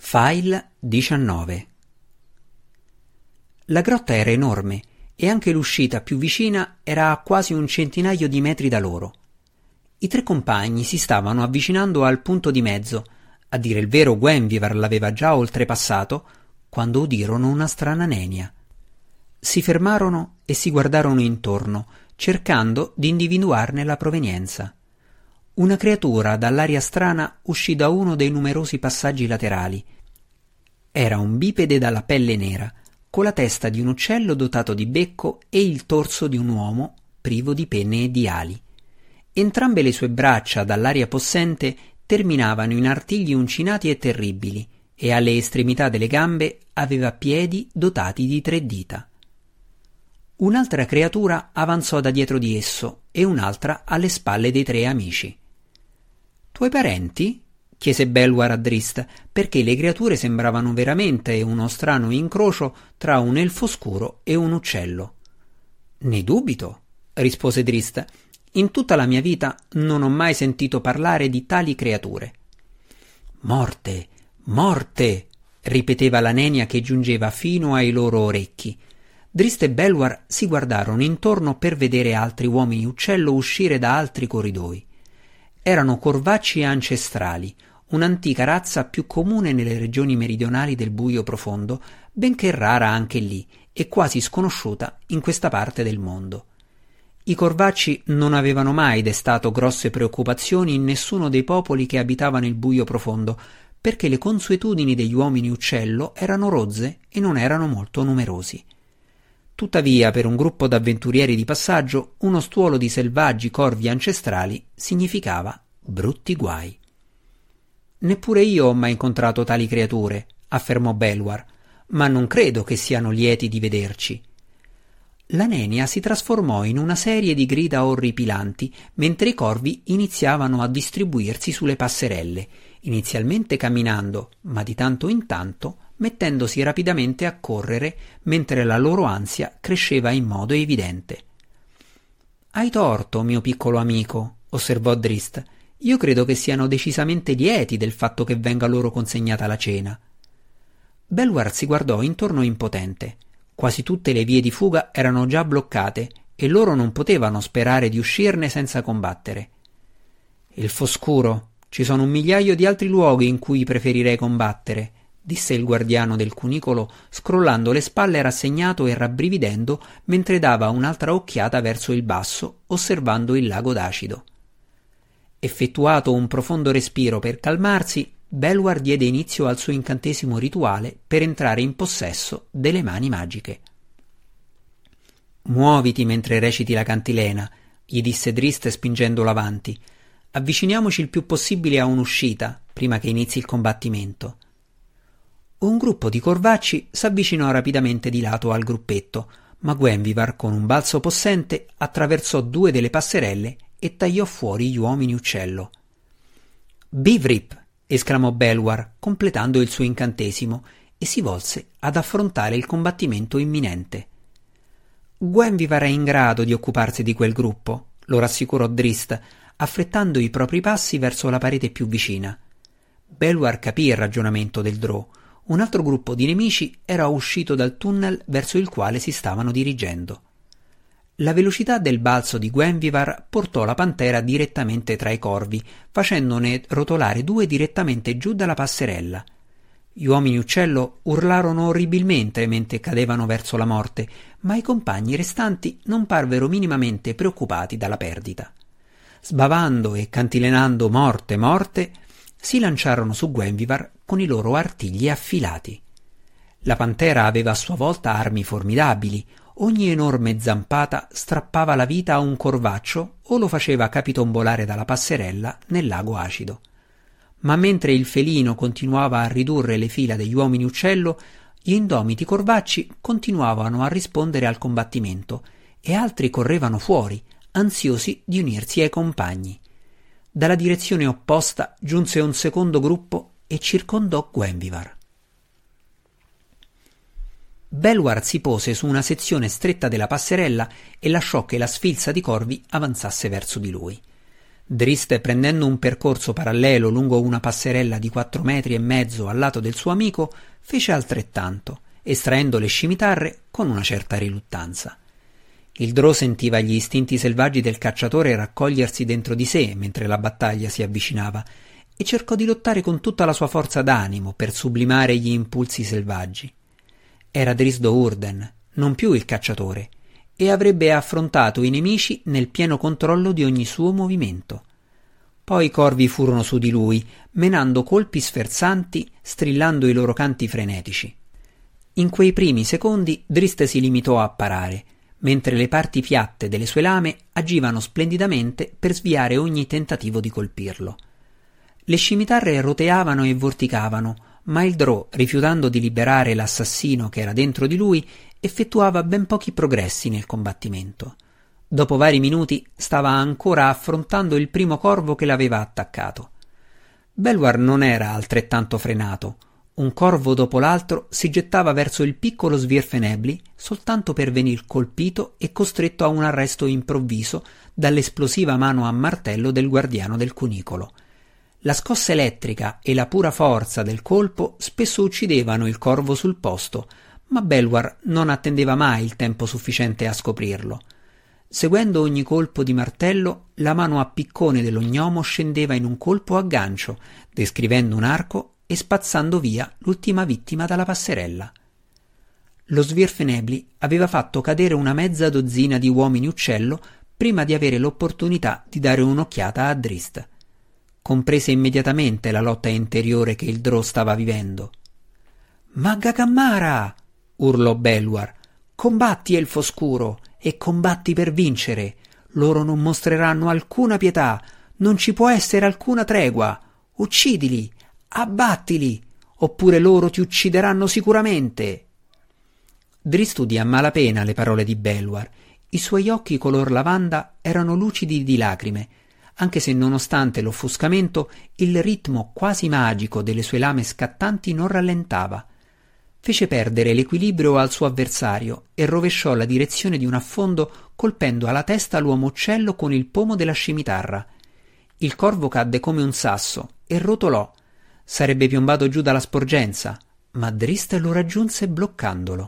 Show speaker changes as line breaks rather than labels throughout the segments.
File 19. La grotta era enorme e anche l'uscita più vicina era a quasi un centinaio di metri da loro. I tre compagni si stavano avvicinando al punto di mezzo. A dire il vero, Gwenvivar l'aveva già oltrepassato quando udirono una strana nenia. Si fermarono e si guardarono intorno, cercando di individuarne la provenienza. Una creatura dall'aria strana uscì da uno dei numerosi passaggi laterali. Era un bipede dalla pelle nera, con la testa di un uccello dotato di becco e il torso di un uomo privo di penne e di ali. Entrambe le sue braccia, dall'aria possente, terminavano in artigli uncinati e terribili, e alle estremità delle gambe aveva piedi dotati di 3 dita. Un'altra creatura avanzò da dietro di esso e un'altra alle spalle dei 3 amici. «Tuoi parenti?» chiese Belluar a Drist, perché le creature sembravano veramente uno strano incrocio tra un elfo scuro e un uccello. «Ne dubito», rispose Drist. «In tutta la mia vita non ho mai sentito parlare di tali creature». «Morte, morte!» ripeteva la nenia che giungeva fino ai loro orecchi. Drist e Belluar si guardarono intorno per vedere altri uomini uccello uscire da altri corridoi. Erano corvacci ancestrali, un'antica razza più comune nelle regioni meridionali del buio profondo, benché rara anche lì e quasi sconosciuta in questa parte del mondo. I corvacci non avevano mai destato grosse preoccupazioni in nessuno dei popoli che abitavano il buio profondo, perché le consuetudini degli uomini uccello erano rozze e non erano molto numerosi. Tuttavia, per un gruppo d'avventurieri di passaggio, uno stuolo di selvaggi corvi ancestrali significava brutti guai. «Neppure io ho mai incontrato tali creature», affermò Belluar, «ma non credo che siano lieti di vederci». La nenia si trasformò in una serie di grida orripilanti mentre i corvi iniziavano a distribuirsi sulle passerelle, inizialmente camminando, ma di tanto in tanto mettendosi rapidamente a correre mentre la loro ansia cresceva in modo evidente. «Hai torto, mio piccolo amico», osservò Drist. «Io credo che siano decisamente lieti del fatto che venga loro consegnata la cena». Belluar si guardò intorno impotente. Quasi tutte le vie di fuga erano già bloccate e loro non potevano sperare di uscirne senza combattere. «Il Foscuro, ci sono 1 migliaio di altri luoghi in cui preferirei combattere», disse il guardiano del cunicolo, scrollando le spalle rassegnato e rabbrividendo mentre dava un'altra occhiata verso il basso, osservando il lago d'acido. Effettuato un profondo respiro per calmarsi, Belluar diede inizio al suo incantesimo rituale per entrare in possesso delle mani magiche. «Muoviti mentre reciti la cantilena», gli disse Drist spingendolo avanti. «Avviciniamoci il più possibile a un'uscita, prima che inizi il combattimento». Un gruppo di corvacci s'avvicinò rapidamente di lato al gruppetto, ma Gwenvivar, con un balzo possente, attraversò 2 delle passerelle e tagliò fuori gli uomini uccello. «Bivrip!» esclamò Belluar, completando il suo incantesimo, e si volse ad affrontare il combattimento imminente. «Gwenvivar è in grado di occuparsi di quel gruppo», lo rassicurò Drist, affrettando i propri passi verso la parete più vicina. Belluar capì il ragionamento del Drow. Un altro gruppo di nemici era uscito dal tunnel verso il quale si stavano dirigendo. La velocità del balzo di Gwenvivar portò la pantera direttamente tra i corvi, facendone rotolare 2 direttamente giù dalla passerella. Gli uomini uccello urlarono orribilmente mentre cadevano verso la morte, ma i compagni restanti non parvero minimamente preoccupati dalla perdita. Sbavando e cantilenando «morte, morte», si lanciarono su Gwenvivar con i loro artigli affilati. La pantera aveva a sua volta armi formidabili. Ogni enorme zampata strappava la vita a un corvaccio o lo faceva capitombolare dalla passerella nel lago acido. Ma mentre il felino continuava a ridurre le fila degli uomini uccello, gli indomiti corvacci continuavano a rispondere al combattimento e altri correvano fuori, ansiosi di unirsi ai compagni. Dalla direzione opposta giunse un secondo gruppo e circondò Gwenvivar. Belluar si pose su una sezione stretta della passerella e lasciò che la sfilza di corvi avanzasse verso di lui. Drist, prendendo un percorso parallelo lungo una passerella di 4,5 metri al lato del suo amico, fece altrettanto, estraendo le scimitarre con una certa riluttanza. Il drò sentiva gli istinti selvaggi del cacciatore raccogliersi dentro di sé mentre la battaglia si avvicinava e cercò di lottare con tutta la sua forza d'animo per sublimare gli impulsi selvaggi. Era Drizzt Do'Urden, non più il cacciatore, e avrebbe affrontato i nemici nel pieno controllo di ogni suo movimento. Poi i corvi furono su di lui, menando colpi sferzanti, strillando i loro canti frenetici. In quei primi secondi Drizzt si limitò a parare, mentre le parti piatte delle sue lame agivano splendidamente per sviare ogni tentativo di colpirlo. Le scimitarre roteavano e vorticavano, ma il drò, rifiutando di liberare l'assassino che era dentro di lui, effettuava ben pochi progressi nel combattimento. Dopo vari minuti stava ancora affrontando il primo corvo che l'aveva attaccato. Belwar non era altrettanto frenato. Un corvo dopo l'altro si gettava verso il piccolo Svirfenebli soltanto per venir colpito e costretto a un arresto improvviso dall'esplosiva mano a martello del guardiano del cunicolo. La scossa elettrica e la pura forza del colpo spesso uccidevano il corvo sul posto, ma Belwar non attendeva mai il tempo sufficiente a scoprirlo. Seguendo ogni colpo di martello, la mano a piccone dello gnomo scendeva in un colpo a gancio, descrivendo un arco e spazzando via l'ultima vittima dalla passerella. Lo Svirfenebli aveva fatto cadere una mezza dozzina di uomini uccello prima di avere l'opportunità di dare un'occhiata a Drizzt. Comprese immediatamente la lotta interiore che il drò stava vivendo. «Magga Cammara!» urlò Belwar. «Combatti, elfo scuro, e combatti per vincere! Loro non mostreranno alcuna pietà, non ci può essere alcuna tregua! Uccidili! Abbattili! Oppure loro ti uccideranno sicuramente!» Drizzt udì a malapena le parole di Belwar. I suoi occhi color lavanda erano lucidi di lacrime, anche se nonostante l'offuscamento il ritmo quasi magico delle sue lame scattanti non rallentava. Fece perdere l'equilibrio al suo avversario e rovesciò la direzione di un affondo colpendo alla testa l'uomo uccello con il pomo della scimitarra. Il corvo cadde come un sasso e rotolò. Sarebbe piombato giù dalla sporgenza, ma Drizzt lo raggiunse bloccandolo.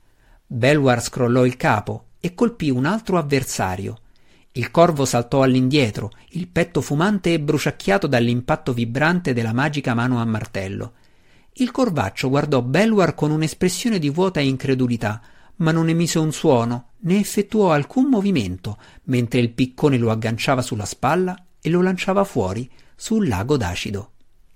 Belwar scrollò il capo e colpì un altro avversario. Il corvo saltò all'indietro, il petto fumante e bruciacchiato dall'impatto vibrante della magica mano a martello. Il corvaccio guardò Belwar con un'espressione di vuota incredulità, ma non emise un suono, né effettuò alcun movimento, mentre il piccone lo agganciava sulla spalla e lo lanciava fuori sul lago d'acido.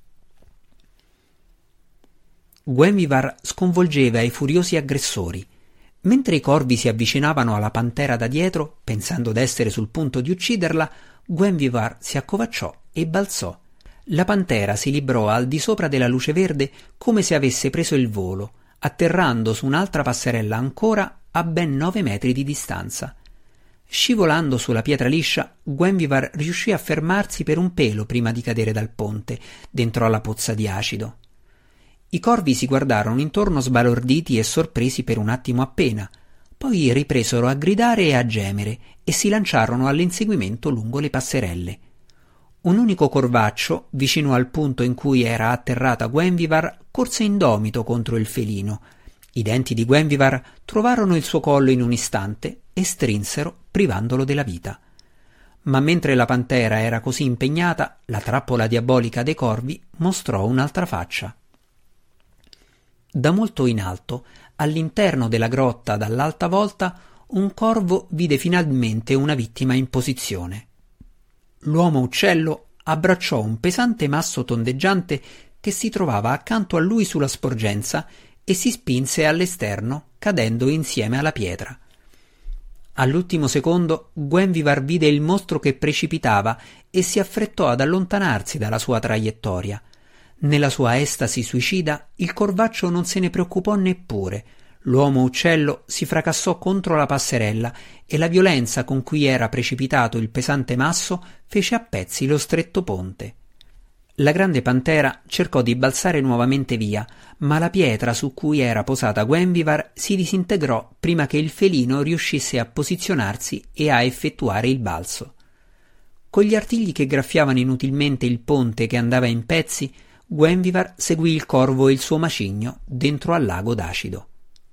Gwenvivar sconvolgeva i furiosi aggressori. Mentre i corvi si avvicinavano alla pantera da dietro, pensando d'essere sul punto di ucciderla, Gwenvivar si accovacciò e balzò. La pantera si librò al di sopra della luce verde come se avesse preso il volo, atterrando su un'altra passerella ancora a ben 9 metri di distanza. Scivolando sulla pietra liscia, Gwenvivar riuscì a fermarsi per un pelo prima di cadere dal ponte, dentro alla pozza di acido. I corvi si guardarono intorno sbalorditi e sorpresi per un attimo appena, poi ripresero a gridare e a gemere e si lanciarono all'inseguimento lungo le passerelle. Un unico corvaccio, vicino al punto in cui era atterrata Gwenvivar, corse indomito contro il felino. I denti di Gwenvivar trovarono il suo collo in un istante e strinsero, privandolo della vita. Ma mentre la pantera era così impegnata, la trappola diabolica dei corvi mostrò un'altra faccia. Da molto in alto, all'interno della grotta dall'alta volta, un corvo vide finalmente una vittima in posizione. L'uomo uccello abbracciò un pesante masso tondeggiante che si trovava accanto a lui sulla sporgenza e si spinse all'esterno, cadendo insieme alla pietra. All'ultimo secondo Gwenvivar vide il mostro che precipitava e si affrettò ad allontanarsi dalla sua traiettoria. Nella sua estasi suicida il corvaccio non se ne preoccupò neppure. L'uomo uccello si fracassò contro la passerella e la violenza con cui era precipitato il pesante masso fece a pezzi lo stretto ponte. La grande pantera cercò di balzare nuovamente via, ma la pietra su cui era posata Gwenvivar si disintegrò prima che il felino riuscisse a posizionarsi e a effettuare il balzo. Con gli artigli che graffiavano inutilmente il ponte che andava in pezzi, Guenvivar seguì il corvo e il suo macigno dentro al lago d'acido.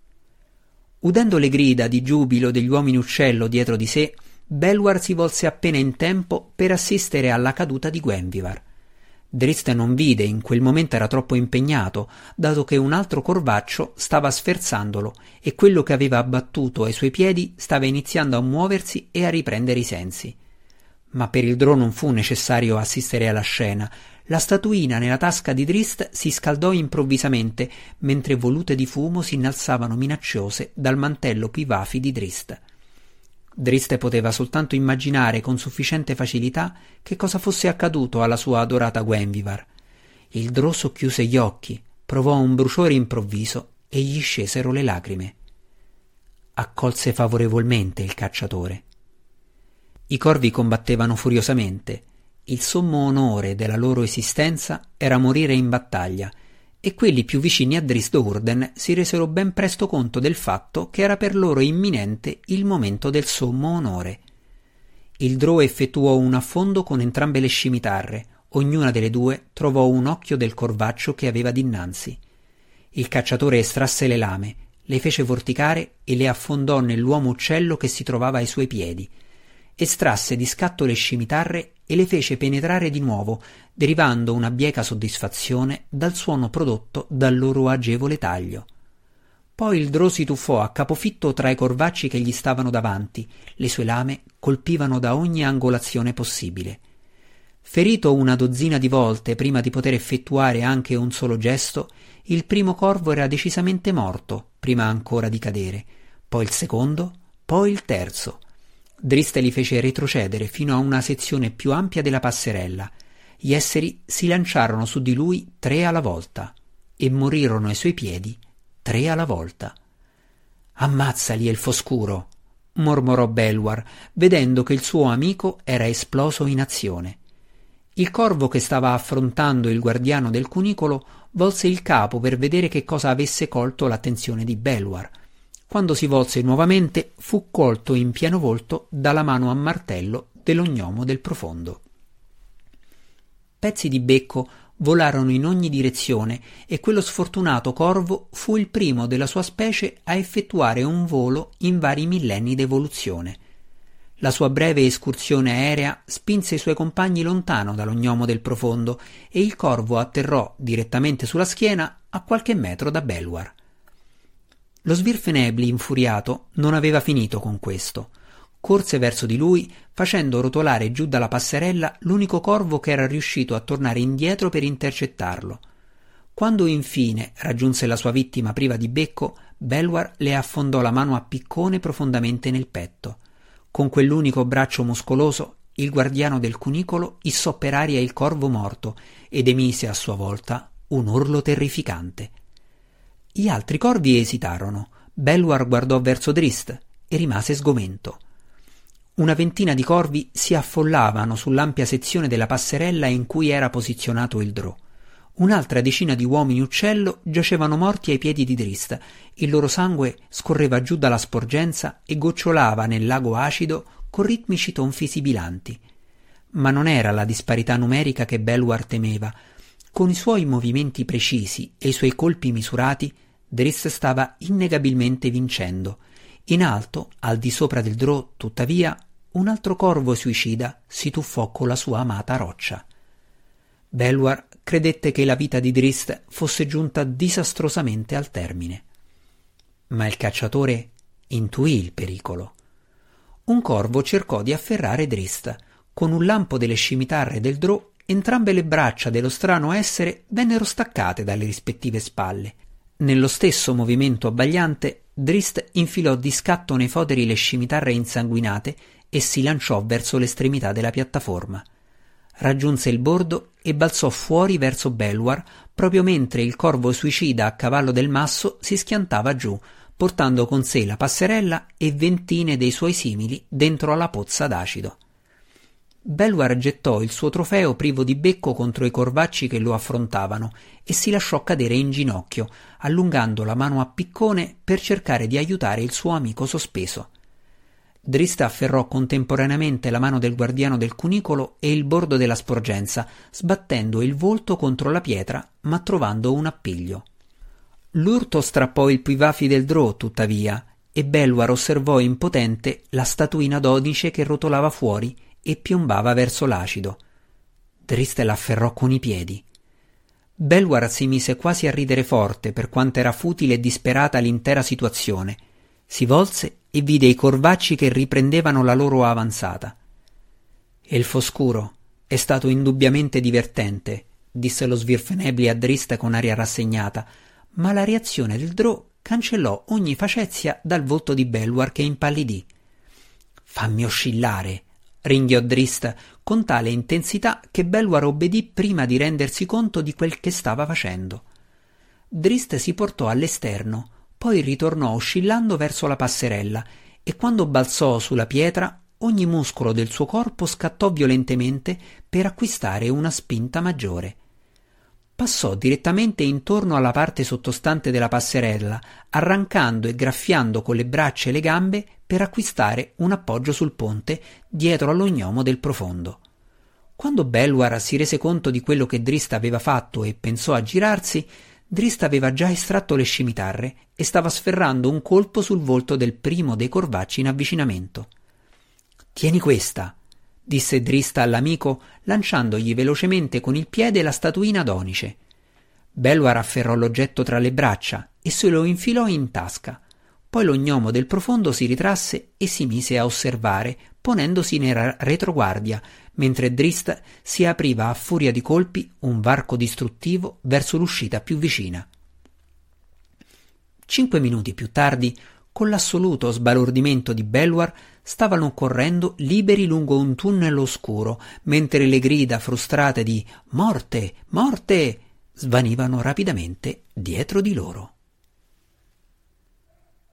Udendo le grida di giubilo degli uomini uccello dietro di sé, Belluar si volse appena in tempo per assistere alla caduta di Guenvivar. Drist non vide, in quel momento era troppo impegnato, dato che un altro corvaccio stava sferzandolo e quello che aveva abbattuto ai suoi piedi stava iniziando a muoversi e a riprendere i sensi. Ma per il drò non fu necessario assistere alla scena. La statuina nella tasca di Drist si scaldò improvvisamente, mentre volute di fumo si innalzavano minacciose dal mantello pivafi di Drist. Drist poteva soltanto immaginare con sufficiente facilità che cosa fosse accaduto alla sua adorata Guenvivar. Il drò socchiuse gli occhi, provò un bruciore improvviso e gli scesero le lacrime. Accolse favorevolmente il cacciatore. I corvi combattevano furiosamente. Il sommo onore della loro esistenza era morire in battaglia, e quelli più vicini a Drizzt Do'Urden si resero ben presto conto del fatto che era per loro imminente il momento del sommo onore. Il drò effettuò un affondo con entrambe le scimitarre, ognuna delle due trovò un occhio del corvaccio che aveva dinanzi. Il cacciatore estrasse le lame, le fece vorticare e le affondò nell'uomo uccello che si trovava ai suoi piedi. Estrasse di scatto le scimitarre e le fece penetrare di nuovo, derivando una bieca soddisfazione dal suono prodotto dal loro agevole taglio. Poi il drò si tuffò a capofitto tra i corvacci che gli stavano davanti, le sue lame colpivano da ogni angolazione possibile. Ferito una dozzina di volte prima di poter effettuare anche un solo gesto, il primo corvo era decisamente morto, prima ancora di cadere, poi il secondo, poi il terzo. Drist li fece retrocedere fino a una sezione più ampia della passerella. Gli esseri si lanciarono su di lui 3 alla volta e morirono ai suoi piedi 3 alla volta. «Ammazzali, elfo scuro!» mormorò Belluar, vedendo che il suo amico era esploso in azione. Il corvo che stava affrontando il guardiano del cunicolo volse il capo per vedere che cosa avesse colto l'attenzione di Belluar. Quando si volse nuovamente, fu colto in pieno volto dalla mano a martello dell'ognomo del profondo. Pezzi di becco volarono in ogni direzione e quello sfortunato corvo fu il primo della sua specie a effettuare un volo in vari millenni d'evoluzione. La sua breve escursione aerea spinse i suoi compagni lontano dall'ognomo del profondo e il corvo atterrò direttamente sulla schiena a qualche metro da Belluar. Lo Svirfenebli, infuriato, non aveva finito con questo. Corse verso di lui, facendo rotolare giù dalla passerella l'unico corvo che era riuscito a tornare indietro per intercettarlo. Quando infine raggiunse la sua vittima priva di becco, Belluar le affondò la mano a piccone profondamente nel petto. Con quell'unico braccio muscoloso, il guardiano del cunicolo issò per aria il corvo morto ed emise a sua volta un urlo terrificante. Gli altri corvi esitarono. Belluar guardò verso Drist e rimase sgomento. Una ventina di corvi si affollavano sull'ampia sezione della passerella in cui era posizionato il drò. Un'altra decina di uomini uccello giacevano morti ai piedi di Drist. Il loro sangue scorreva giù dalla sporgenza e gocciolava nel lago acido con ritmici tonfi sibilanti. Ma non era la disparità numerica che Belluar temeva. Con i suoi movimenti precisi e i suoi colpi misurati, Drist stava innegabilmente vincendo. In alto, al di sopra del drò, tuttavia, un altro corvo suicida si tuffò con la sua amata roccia. Belluar credette che la vita di Drist fosse giunta disastrosamente al termine. Ma il cacciatore intuì il pericolo. Un corvo cercò di afferrare Drist. Con un lampo delle scimitarre del drò, entrambe le braccia dello strano essere vennero staccate dalle rispettive spalle. Nello stesso movimento abbagliante, Drist infilò di scatto nei foderi le scimitarre insanguinate e si lanciò verso l'estremità della piattaforma. Raggiunse il bordo e balzò fuori verso Belluar proprio mentre il corvo suicida a cavallo del masso si schiantava giù, portando con sé la passerella e ventine dei suoi simili dentro alla pozza d'acido. Belluar gettò il suo trofeo privo di becco contro i corvacci che lo affrontavano e si lasciò cadere in ginocchio, allungando la mano a piccone per cercare di aiutare il suo amico sospeso. Drista afferrò contemporaneamente la mano del guardiano del cunicolo e il bordo della sporgenza, sbattendo il volto contro la pietra, ma trovando un appiglio. L'urto strappò il pivafi del drò, tuttavia, e Belluar osservò impotente la statuina d'onice che rotolava fuori e piombava verso l'acido. Drista l'afferrò con i piedi. Belluar si mise quasi a ridere forte per quanto era futile e disperata l'intera situazione. Si volse e vide i corvacci che riprendevano la loro avanzata. «Elfo scuro, è stato indubbiamente divertente», disse lo Svirfenebli a Drista con aria rassegnata, ma la reazione del drò cancellò ogni facezia dal volto di Belluar, che impallidì. «Fammi oscillare», ringhiò Drista con tale intensità che Belluar obbedì prima di rendersi conto di quel che stava facendo. Drist si portò all'esterno, poi ritornò oscillando verso la passerella e quando balzò sulla pietra ogni muscolo del suo corpo scattò violentemente per acquistare una spinta maggiore. Passò direttamente intorno alla parte sottostante della passerella, arrancando e graffiando con le braccia e le gambe per acquistare un appoggio sul ponte dietro all'ognomo del profondo. Quando Belluar si rese conto di quello che Drist aveva fatto e pensò a girarsi, Drist aveva già estratto le scimitarre e stava sferrando un colpo sul volto del primo dei corvacci in avvicinamento. «Tieni questa», disse Drist all'amico, lanciandogli velocemente con il piede la statuina d'onice. Belluar afferrò l'oggetto tra le braccia e se lo infilò in tasca. Poi lo gnomo del profondo si ritrasse e si mise a osservare, ponendosi in retroguardia, mentre Drist si apriva a furia di colpi un varco distruttivo verso l'uscita più vicina. 5 minuti più tardi, con l'assoluto sbalordimento di Belluar, stavano correndo liberi lungo un tunnel oscuro, mentre le grida frustrate di «Morte! Morte!» svanivano rapidamente dietro di loro.